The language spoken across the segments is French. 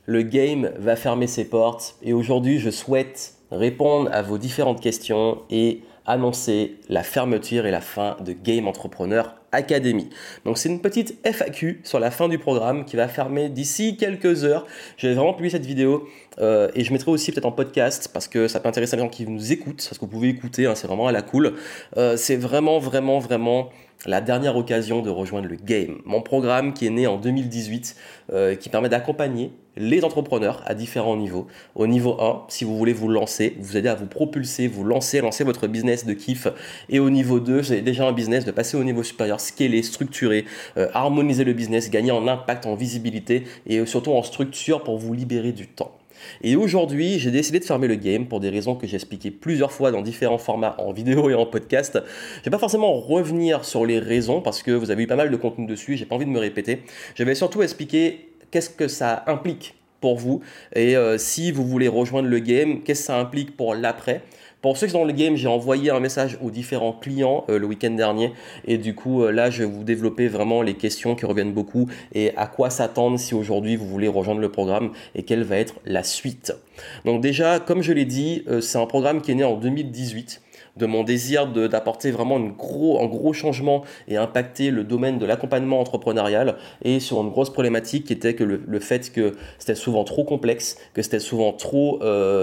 Le game va fermer ses portes et aujourd'hui je souhaite répondre à vos différentes questions et annoncer la fermeture et la fin de Game Entrepreneur Academy. Donc c'est une petite FAQ sur la fin du programme qui va fermer d'ici quelques heures. Je vais vraiment publier cette vidéo et je mettrai aussi peut-être en podcast parce que ça peut intéresser les gens qui nous écoutent, parce que vous pouvez écouter, hein, c'est vraiment à la cool. C'est vraiment la dernière occasion de rejoindre le game. Mon programme qui est né en 2018, qui permet d'accompagner les entrepreneurs à différents niveaux. Au niveau 1, si vous voulez vous lancer, vous aider à vous propulser, vous lancer votre business de kiff. Et au niveau 2, vous avez déjà un business de passer au niveau supérieur, scaler, structurer, harmoniser le business, gagner en impact, en visibilité et surtout en structure pour vous libérer du temps. Et aujourd'hui, j'ai décidé de fermer le game pour des raisons que j'ai expliquées plusieurs fois dans différents formats en vidéo et en podcast. Je vais pas forcément revenir sur les raisons parce que vous avez eu pas mal de contenu dessus, j'ai pas envie de me répéter. Je vais surtout expliquer qu'est-ce que ça implique pour vous et si vous voulez rejoindre le game, qu'est-ce que ça implique pour l'après. Pour ceux qui sont dans le game, j'ai envoyé un message aux différents clients le week-end dernier et du coup là je vais vous développer vraiment les questions qui reviennent beaucoup et à quoi s'attendre si aujourd'hui vous voulez rejoindre le programme et quelle va être la suite. Donc déjà, comme je l'ai dit, c'est un programme qui est né en 2018 de mon désir d'apporter vraiment un gros changement et impacter le domaine de l'accompagnement entrepreneurial et sur une grosse problématique qui était que le fait que c'était souvent trop complexe, que c'était souvent trop...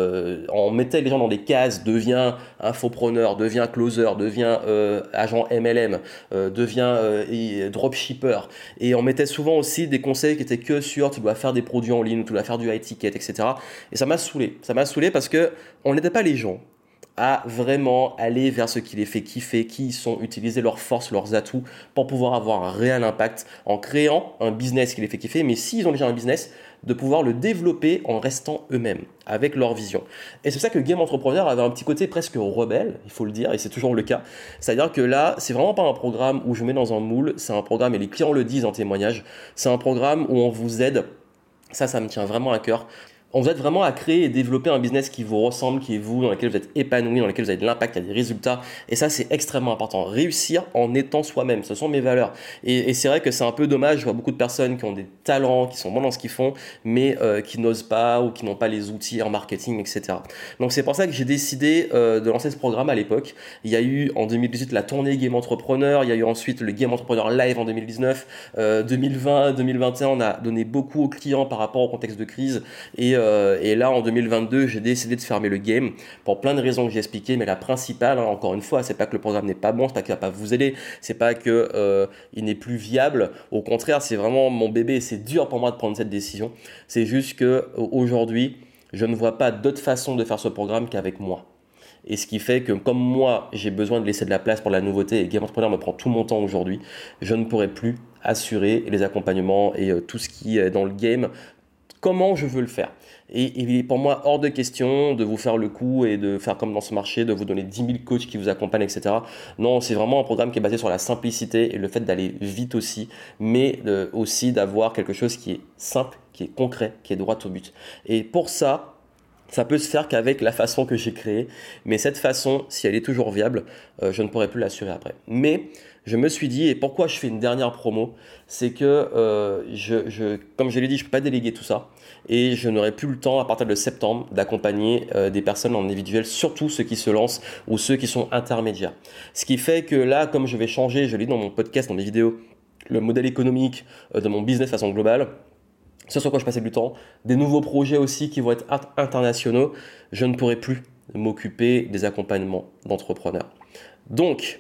on mettait les gens dans des cases, deviens infopreneur, deviens closer, deviens agent MLM, deviens dropshipper. Et on mettait souvent aussi des conseils qui étaient que sur tu dois faire des produits en ligne, tu dois faire du high ticket, etc. Et ça m'a saoulé. Ça m'a saoulé parce que on n'aidait pas les gens à vraiment aller vers ce qui les fait kiffer, qui ils sont, utiliser leurs forces, leurs atouts pour pouvoir avoir un réel impact en créant un business qui les fait kiffer, mais s'ils ont déjà un business, de pouvoir le développer en restant eux-mêmes, avec leur vision. Et c'est ça que Game Entrepreneur avait un petit côté presque rebelle, il faut le dire, et c'est toujours le cas. C'est-à-dire que là, c'est vraiment pas un programme où je mets dans un moule, c'est un programme, et les clients le disent en témoignage, c'est un programme où on vous aide, ça me tient vraiment à cœur. On vous aide vraiment à créer et développer un business qui vous ressemble, qui est vous, dans lequel vous êtes épanoui, dans lequel vous avez de l'impact, il y a des résultats. Et ça, c'est extrêmement important. Réussir en étant soi-même, ce sont mes valeurs. Et c'est vrai que c'est un peu dommage, je vois beaucoup de personnes qui ont des talents, qui sont bons dans ce qu'ils font, mais qui n'osent pas ou qui n'ont pas les outils en marketing, etc. Donc c'est pour ça que j'ai décidé de lancer ce programme à l'époque. Il y a eu en 2018 la tournée Game Entrepreneur, il y a eu ensuite le Game Entrepreneur Live en 2019, 2020, 2021, on a donné beaucoup aux clients par rapport au contexte de crise et là en 2022 j'ai décidé de fermer le game pour plein de raisons que j'ai expliquées, mais la principale, hein, encore une fois, c'est pas que le programme n'est pas bon, c'est pas qu'il va pas vous aider, c'est pas que il n'est plus viable, au contraire c'est vraiment mon bébé et c'est dur pour moi de prendre cette décision. C'est juste que aujourd'hui je ne vois pas d'autre façon de faire ce programme qu'avec moi. Et ce qui fait que comme moi, j'ai besoin de laisser de la place pour la nouveauté et Game Entrepreneur me prend tout mon temps aujourd'hui, je ne pourrai plus assurer les accompagnements et tout ce qui est dans le game, comment je veux le faire. Et il est pour moi hors de question de vous faire le coup et de faire comme dans ce marché, de vous donner 10 000 coachs qui vous accompagnent, etc. Non, c'est vraiment un programme qui est basé sur la simplicité et le fait d'aller vite aussi, mais aussi d'avoir quelque chose qui est simple, qui est concret, qui est droit au but. Et pour ça, ça peut se faire qu'avec la façon que j'ai créée, mais cette façon, si elle est toujours viable, je ne pourrai plus l'assurer après. Mais je me suis dit, et pourquoi je fais une dernière promo, c'est que, comme je l'ai dit, je ne peux pas déléguer tout ça, et je n'aurai plus le temps, à partir de septembre, d'accompagner des personnes en individuel, surtout ceux qui se lancent ou ceux qui sont intermédiaires. Ce qui fait que là, comme je vais changer, je l'ai dit dans mon podcast, dans mes vidéos, le modèle économique de mon business de façon globale, ce sur quoi je passais du temps, des nouveaux projets aussi qui vont être internationaux, je ne pourrai plus m'occuper des accompagnements d'entrepreneurs. Donc,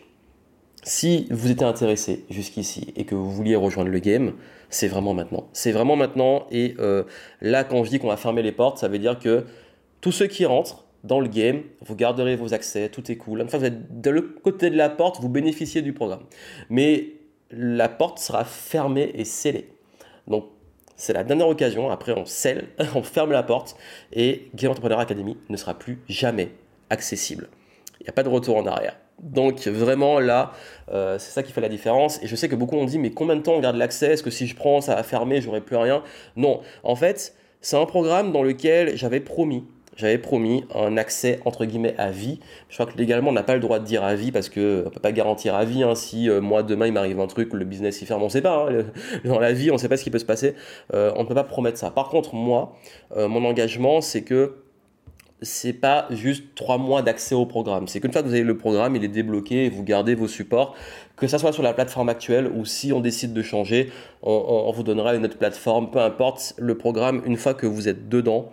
si vous étiez intéressé jusqu'ici et que vous vouliez rejoindre le game, c'est vraiment maintenant. C'est vraiment maintenant et là, quand je dis qu'on va fermer les portes, ça veut dire que tous ceux qui rentrent dans le game, vous garderez vos accès, tout est cool. Enfin, vous êtes de l'autre côté de la porte, vous bénéficiez du programme. Mais la porte sera fermée et scellée. Donc, c'est la dernière occasion, après on scelle, on ferme la porte et Game Entrepreneur Academy ne sera plus jamais accessible. Il n'y a pas de retour en arrière. Donc vraiment là, c'est ça qui fait la différence. Et je sais que beaucoup ont dit, mais combien de temps on garde l'accès? Est-ce que si je prends, ça va fermer, j'aurai plus rien? Non, en fait, c'est un programme dans lequel j'avais promis j'avais promis un accès entre guillemets à vie. Je crois que légalement on n'a pas le droit de dire à vie parce qu'on ne peut pas garantir à vie. Si moi demain il m'arrive un truc, le business il ferme, on ne sait pas. Dans la vie on ne sait pas ce qui peut se passer. On ne peut pas promettre ça. Par contre moi, mon engagement c'est que c'est pas juste 3 mois d'accès au programme. C'est qu'une fois que vous avez le programme, il est débloqué et vous gardez vos supports, que ça soit sur la plateforme actuelle ou si on décide de changer, on vous donnera une autre plateforme, peu importe le programme, une fois que vous êtes dedans,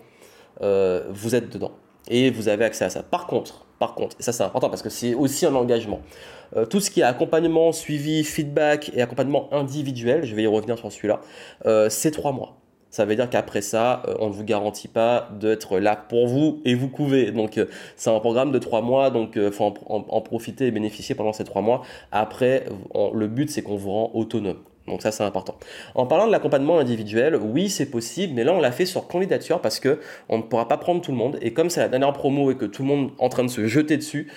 vous êtes dedans et vous avez accès à ça. Par contre, et ça c'est important parce que c'est aussi un engagement, tout ce qui est accompagnement, suivi, feedback et accompagnement individuel, je vais y revenir sur celui-là, c'est 3 mois. Ça veut dire qu'après ça, on ne vous garantit pas d'être là pour vous et vous couvez. Donc, c'est un programme de 3 mois, donc il faut en profiter et bénéficier pendant ces 3 mois. Après, le but, c'est qu'on vous rend autonome. Donc ça, c'est important. En parlant de l'accompagnement individuel, oui, c'est possible, mais là, on l'a fait sur candidature parce que on ne pourra pas prendre tout le monde. Et comme c'est la dernière promo et que tout le monde est en train de se jeter dessus,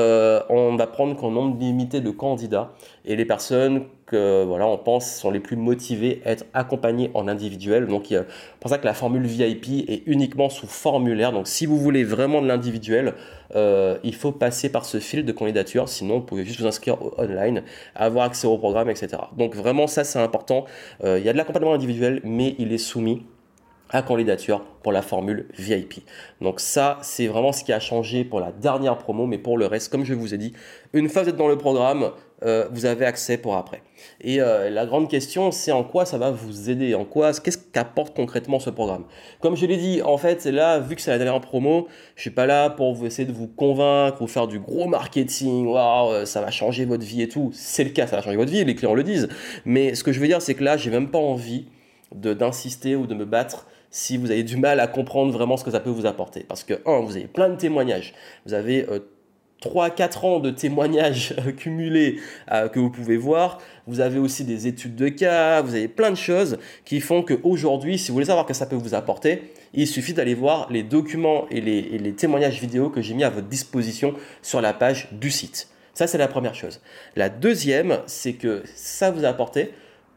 on va prendre qu'un nombre limité de candidats. Et les personnes que voilà, on pense sont les plus motivées à être accompagnées en individuel. Donc, c'est pour ça que la formule VIP est uniquement sous formulaire. Donc, si vous voulez vraiment de l'individuel, il faut passer par ce fil de candidature. Sinon, vous pouvez juste vous inscrire online, avoir accès au programme, etc. Donc, vraiment, ça, c'est important. Il y a de l'accompagnement individuel, mais il est soumis à candidature pour la formule VIP. Donc ça, c'est vraiment ce qui a changé pour la dernière promo, mais pour le reste, comme je vous ai dit, une fois que vous êtes dans le programme, vous avez accès pour après. Et la grande question, c'est en quoi ça va vous aider, qu'est-ce qu'apporte concrètement ce programme. Comme je l'ai dit, en fait, là, vu que c'est la dernière promo, je suis pas là pour vous essayer de vous convaincre ou faire du gros marketing, waouh, ça va changer votre vie et tout. C'est le cas, ça va changer votre vie, les clients le disent. Mais ce que je veux dire, c'est que là, j'ai même pas envie d'insister ou de me battre si vous avez du mal à comprendre vraiment ce que ça peut vous apporter. Parce que, vous avez plein de témoignages. Vous avez 3-4 ans de témoignages cumulés que vous pouvez voir. Vous avez aussi des études de cas. Vous avez plein de choses qui font qu'aujourd'hui, si vous voulez savoir que ça peut vous apporter, il suffit d'aller voir les documents et les témoignages vidéo que j'ai mis à votre disposition sur la page du site. Ça, c'est la première chose. La deuxième, c'est que ça vous a apporté,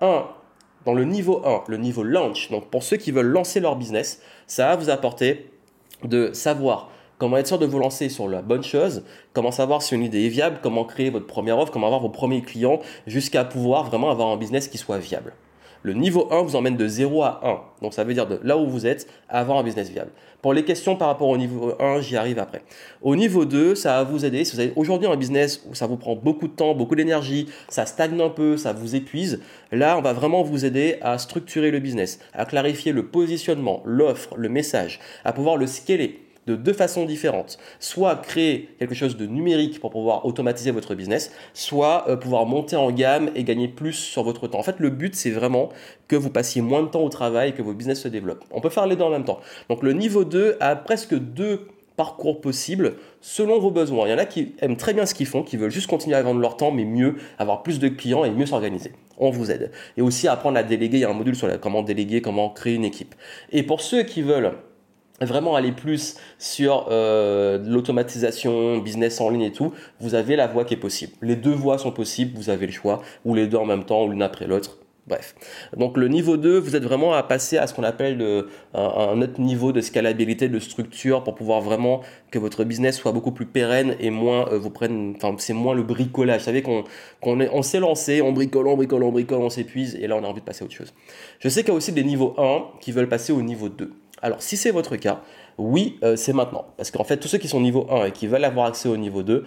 dans le niveau 1, le niveau launch, donc pour ceux qui veulent lancer leur business, ça va vous apporter de savoir comment être sûr de vous lancer sur la bonne chose, comment savoir si une idée est viable, comment créer votre première offre, comment avoir vos premiers clients, jusqu'à pouvoir vraiment avoir un business qui soit viable. Le niveau 1 vous emmène de 0 à 1. Donc ça veut dire de là où vous êtes à avoir un business viable. Pour les questions par rapport au niveau 1, j'y arrive après. Au niveau 2, ça va vous aider. Si vous avez aujourd'hui un business où ça vous prend beaucoup de temps, beaucoup d'énergie, ça stagne un peu, ça vous épuise, là, on va vraiment vous aider à structurer le business, à clarifier le positionnement, l'offre, le message, à pouvoir le scaler de 2 façons différentes. Soit créer quelque chose de numérique pour pouvoir automatiser votre business, soit pouvoir monter en gamme et gagner plus sur votre temps. En fait, le but, c'est vraiment que vous passiez moins de temps au travail, que votre business se développe. On peut faire les deux en même temps. Donc, le niveau 2 a presque 2 parcours possibles selon vos besoins. Il y en a qui aiment très bien ce qu'ils font, qui veulent juste continuer à vendre leur temps, mais mieux, avoir plus de clients et mieux s'organiser. On vous aide. Et aussi apprendre à déléguer. Il y a un module sur comment déléguer, comment créer une équipe. Et pour ceux qui veulent vraiment aller plus sur l'automatisation, business en ligne et tout, vous avez la voie qui est possible. Les 2 voies sont possibles, vous avez le choix, ou les 2 en même temps, ou l'une après l'autre. Bref. Donc le niveau 2, vous êtes vraiment à passer à ce qu'on appelle un autre niveau de scalabilité, de structure pour pouvoir vraiment que votre business soit beaucoup plus pérenne et moins c'est moins le bricolage. Vous savez qu'on s'est lancé, on bricole, on s'épuise et là on a envie de passer à autre chose. Je sais qu'il y a aussi des niveaux 1 qui veulent passer au niveau 2. Alors, si c'est votre cas, oui, c'est maintenant. Parce qu'en fait, tous ceux qui sont niveau 1 et qui veulent avoir accès au niveau 2,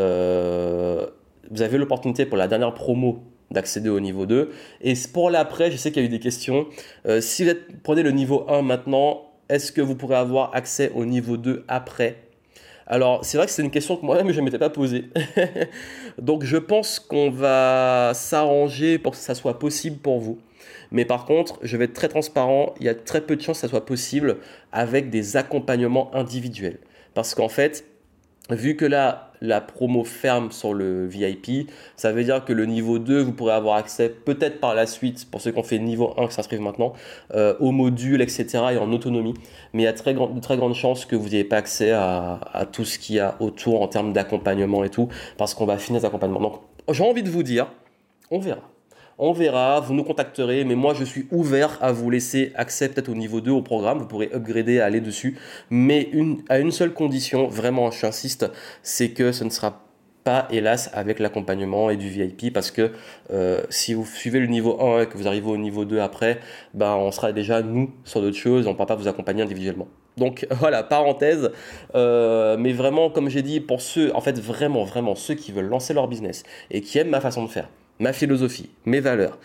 vous avez l'opportunité pour la dernière promo d'accéder au niveau 2. Et pour l'après, je sais qu'il y a eu des questions. Si vous prenez le niveau 1 maintenant, est-ce que vous pourrez avoir accès au niveau 2 après ? Alors, c'est vrai que c'est une question que moi-même, je ne m'étais pas posée. Donc, je pense qu'on va s'arranger pour que ça soit possible pour vous. Mais par contre, je vais être très transparent, il y a très peu de chances que ça soit possible avec des accompagnements individuels. Parce qu'en fait, vu que là, la promo ferme sur le VIP, ça veut dire que le niveau 2, vous pourrez avoir accès peut-être par la suite, pour ceux qui ont fait le niveau 1 qui s'inscrivent maintenant, au module, etc. et en autonomie. Mais il y a de très grandes chances que vous n'ayez pas accès à tout ce qu'il y a autour en termes d'accompagnement et tout, parce qu'on va finir les accompagnements. Donc, j'ai envie de vous dire, on verra. On verra, vous nous contacterez, mais moi je suis ouvert à vous laisser accès peut-être au niveau 2 au programme, vous pourrez upgrader, aller dessus, mais à une seule condition, vraiment j'insiste, c'est que ce ne sera pas hélas avec l'accompagnement et du VIP parce que si vous suivez le niveau 1 et que vous arrivez au niveau 2 après, ben, on sera déjà nous sur d'autres choses, on ne pourra pas vous accompagner individuellement. Donc voilà, parenthèse, mais vraiment comme j'ai dit, pour ceux, en fait vraiment ceux qui veulent lancer leur business et qui aiment ma façon de faire, ma philosophie, mes valeurs,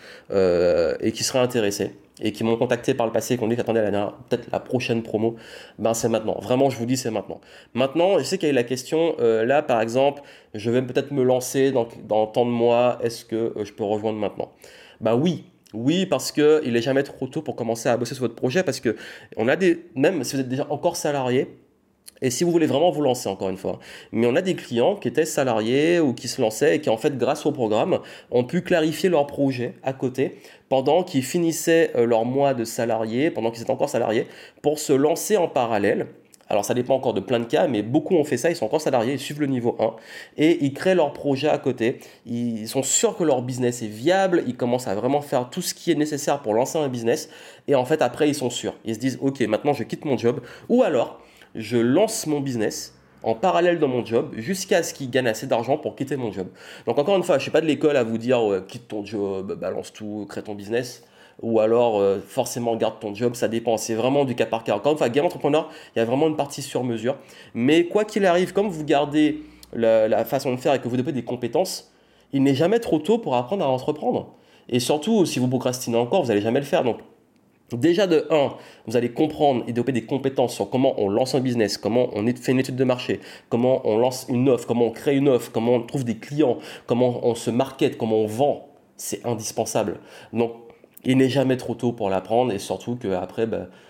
et qui seraient intéressés, et qui m'ont contacté par le passé et qui ont dit qu'attendez, peut-être la prochaine promo, ben c'est maintenant. Vraiment, je vous dis, c'est maintenant. Maintenant, je sais qu'il y a eu la question, là par exemple, je vais peut-être me lancer dans tant de mois, est-ce que je peux rejoindre maintenant? Ben oui. Oui, parce qu'il n'est jamais trop tôt pour commencer à bosser sur votre projet, parce que même si vous êtes déjà encore salarié, et si vous voulez vraiment vous lancer, encore une fois, mais on a des clients qui étaient salariés ou qui se lançaient et qui, en fait, grâce au programme, ont pu clarifier leur projet à côté pendant qu'ils finissaient leur mois de salarié, pendant qu'ils étaient encore salariés, pour se lancer en parallèle. Alors, ça dépend encore de plein de cas, mais beaucoup ont fait ça, ils sont encore salariés, ils suivent le niveau 1 et ils créent leur projet à côté. Ils sont sûrs que leur business est viable, ils commencent à vraiment faire tout ce qui est nécessaire pour lancer un business et en fait, après, ils sont sûrs. Ils se disent, ok, maintenant, je quitte mon job ou alors je lance mon business en parallèle dans mon job jusqu'à ce qu'il gagne assez d'argent pour quitter mon job. Donc encore une fois, je ne suis pas de l'école à vous dire quitte ton job, balance tout, crée ton business ou alors forcément garde ton job, ça dépend, c'est vraiment du cas par cas. Encore une fois, Game Entrepreneur, il y a vraiment une partie sur mesure. Mais quoi qu'il arrive, comme vous gardez la façon de faire et que vous développez des compétences, il n'est jamais trop tôt pour apprendre à entreprendre. Et surtout, si vous procrastinez encore, vous n'allez jamais le faire. Donc déjà de 1, vous allez comprendre et développer des compétences sur comment on lance un business, comment on fait une étude de marché, comment on lance une offre, comment on crée une offre, comment on trouve des clients, comment on se market, comment on vend. C'est indispensable. Donc, il n'est jamais trop tôt pour l'apprendre et surtout qu'après,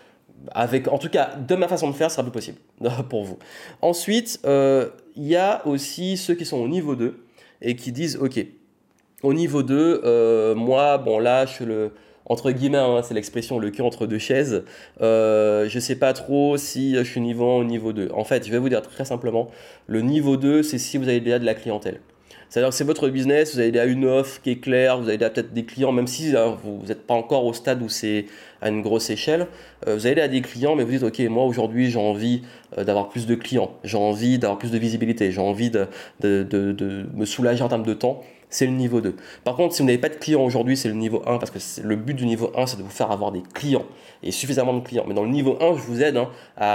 en tout cas, de ma façon de faire, ce sera plus possible pour vous. Ensuite, il y a aussi ceux qui sont au niveau 2 et qui disent, ok, au niveau 2, moi, bon là, je suis entre guillemets, hein, c'est l'expression le cul entre deux chaises. Je ne sais pas trop si je suis niveau 1 ou niveau 2. En fait, je vais vous dire très simplement, le niveau 2, c'est si vous avez déjà de la clientèle. C'est-à-dire que c'est votre business, vous avez déjà une offre qui est claire, vous avez déjà peut-être des clients, même si hein, vous n'êtes pas encore au stade où c'est à une grosse échelle. Vous avez déjà des clients, mais vous dites, ok, moi aujourd'hui j'ai envie d'avoir plus de clients, j'ai envie d'avoir plus de visibilité, j'ai envie de me soulager en termes de temps. C'est le niveau 2. Par contre, si vous n'avez pas de clients aujourd'hui, c'est le niveau 1, parce que le but du niveau 1, c'est de vous faire avoir des clients, et suffisamment de clients. Mais dans le niveau 1, je vous aide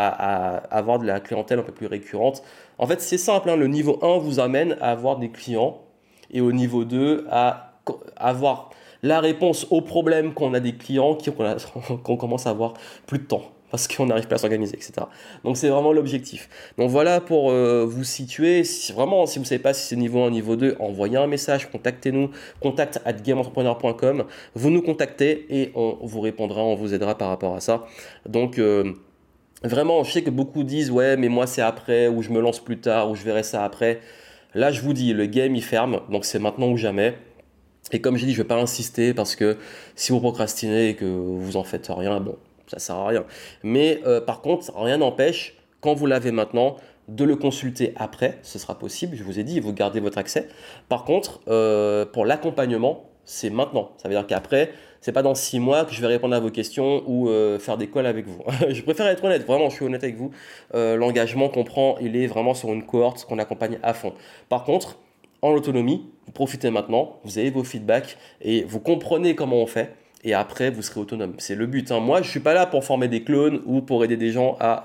à avoir de la clientèle un peu plus récurrente. En fait, c'est simple, hein, le niveau 1 vous amène à avoir des clients, et au niveau 2, à avoir la réponse aux problèmes qu'on a des clients, qu'on commence à avoir plus de temps parce qu'on n'arrive pas à s'organiser, etc. Donc c'est vraiment l'objectif. Donc voilà pour vous situer. Si vous ne savez pas si c'est niveau 1, niveau 2, envoyez un message, contactez-nous, contact@gameentrepreneur.com. Vous nous contactez et on vous répondra, on vous aidera par rapport à ça. Donc vraiment, je sais que beaucoup disent « ouais, mais moi c'est après, ou je me lance plus tard, ou je verrai ça après ». Là, je vous dis, le game il ferme, donc c'est maintenant ou jamais. Et comme j'ai dit, je ne vais pas insister parce que si vous procrastinez et que vous en faites rien, bon, ça sert à rien. Mais par contre, rien n'empêche, quand vous l'avez maintenant, de le consulter après, ce sera possible. Je vous ai dit, vous gardez votre accès. Par contre, pour l'accompagnement, c'est maintenant. Ça veut dire qu'après, c'est pas dans 6 mois que je vais répondre à vos questions ou faire des calls avec vous. Je préfère être honnête, vraiment, je suis honnête avec vous. L'engagement qu'on prend, il est vraiment sur une cohorte qu'on accompagne à fond. Par contre, en autonomie, vous profitez maintenant, vous avez vos feedbacks et vous comprenez comment on fait. Et après, vous serez autonome. C'est le but. Hein. Moi, je ne suis pas là pour former des clones ou pour aider des gens à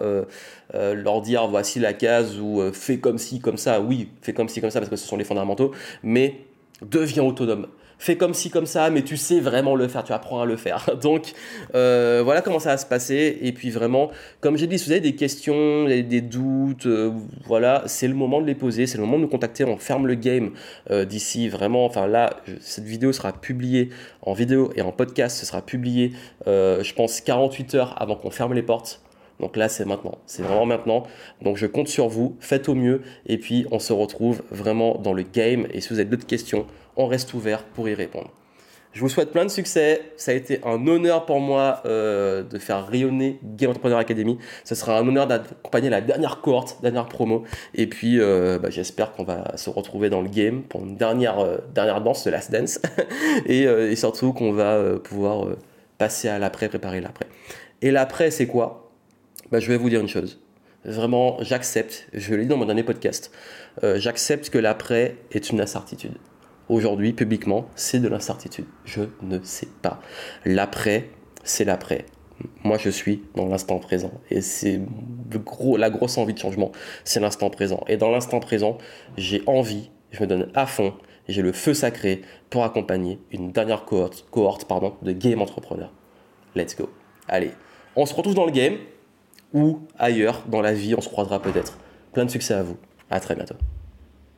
leur dire voici la case ou fais comme ci, comme ça. Oui, fais comme ci, comme ça parce que ce sont les fondamentaux. Mais deviens autonome. Fais comme ci, comme ça, mais tu sais vraiment le faire, tu apprends à le faire. Donc, voilà comment ça va se passer. Et puis vraiment, comme j'ai dit, si vous avez des questions, des doutes, voilà, c'est le moment de les poser, c'est le moment de nous contacter. On ferme le game d'ici vraiment. Enfin là, cette vidéo sera publiée en vidéo et en podcast. Ce sera publié, je pense, 48 heures avant qu'on ferme les portes. Donc là, c'est maintenant, c'est vraiment maintenant. Donc je compte sur vous, faites au mieux et puis on se retrouve vraiment dans le game. Et si vous avez d'autres questions, on reste ouvert pour y répondre. Je vous souhaite plein de succès. Ça a été un honneur pour moi de faire rayonner Game Entrepreneur Academy. Ce sera un honneur d'accompagner la dernière cohorte, dernière promo. Et puis, j'espère qu'on va se retrouver dans le game pour une dernière danse, de Last Dance. et surtout qu'on va pouvoir passer à l'après, préparer l'après. Et l'après, c'est quoi? Je vais vous dire une chose. Vraiment, j'accepte, je l'ai dit dans mon dernier podcast, j'accepte que l'après est une incertitude. Aujourd'hui, publiquement, c'est de l'incertitude. Je ne sais pas. L'après, c'est l'après. Moi, je suis dans l'instant présent. Et c'est la grosse envie de changement, c'est l'instant présent. Et dans l'instant présent, j'ai envie, je me donne à fond, j'ai le feu sacré pour accompagner une dernière cohorte de game entrepreneurs. Let's go. Allez, on se retrouve dans le game ou ailleurs, dans la vie, on se croisera peut-être. Plein de succès à vous. À très bientôt.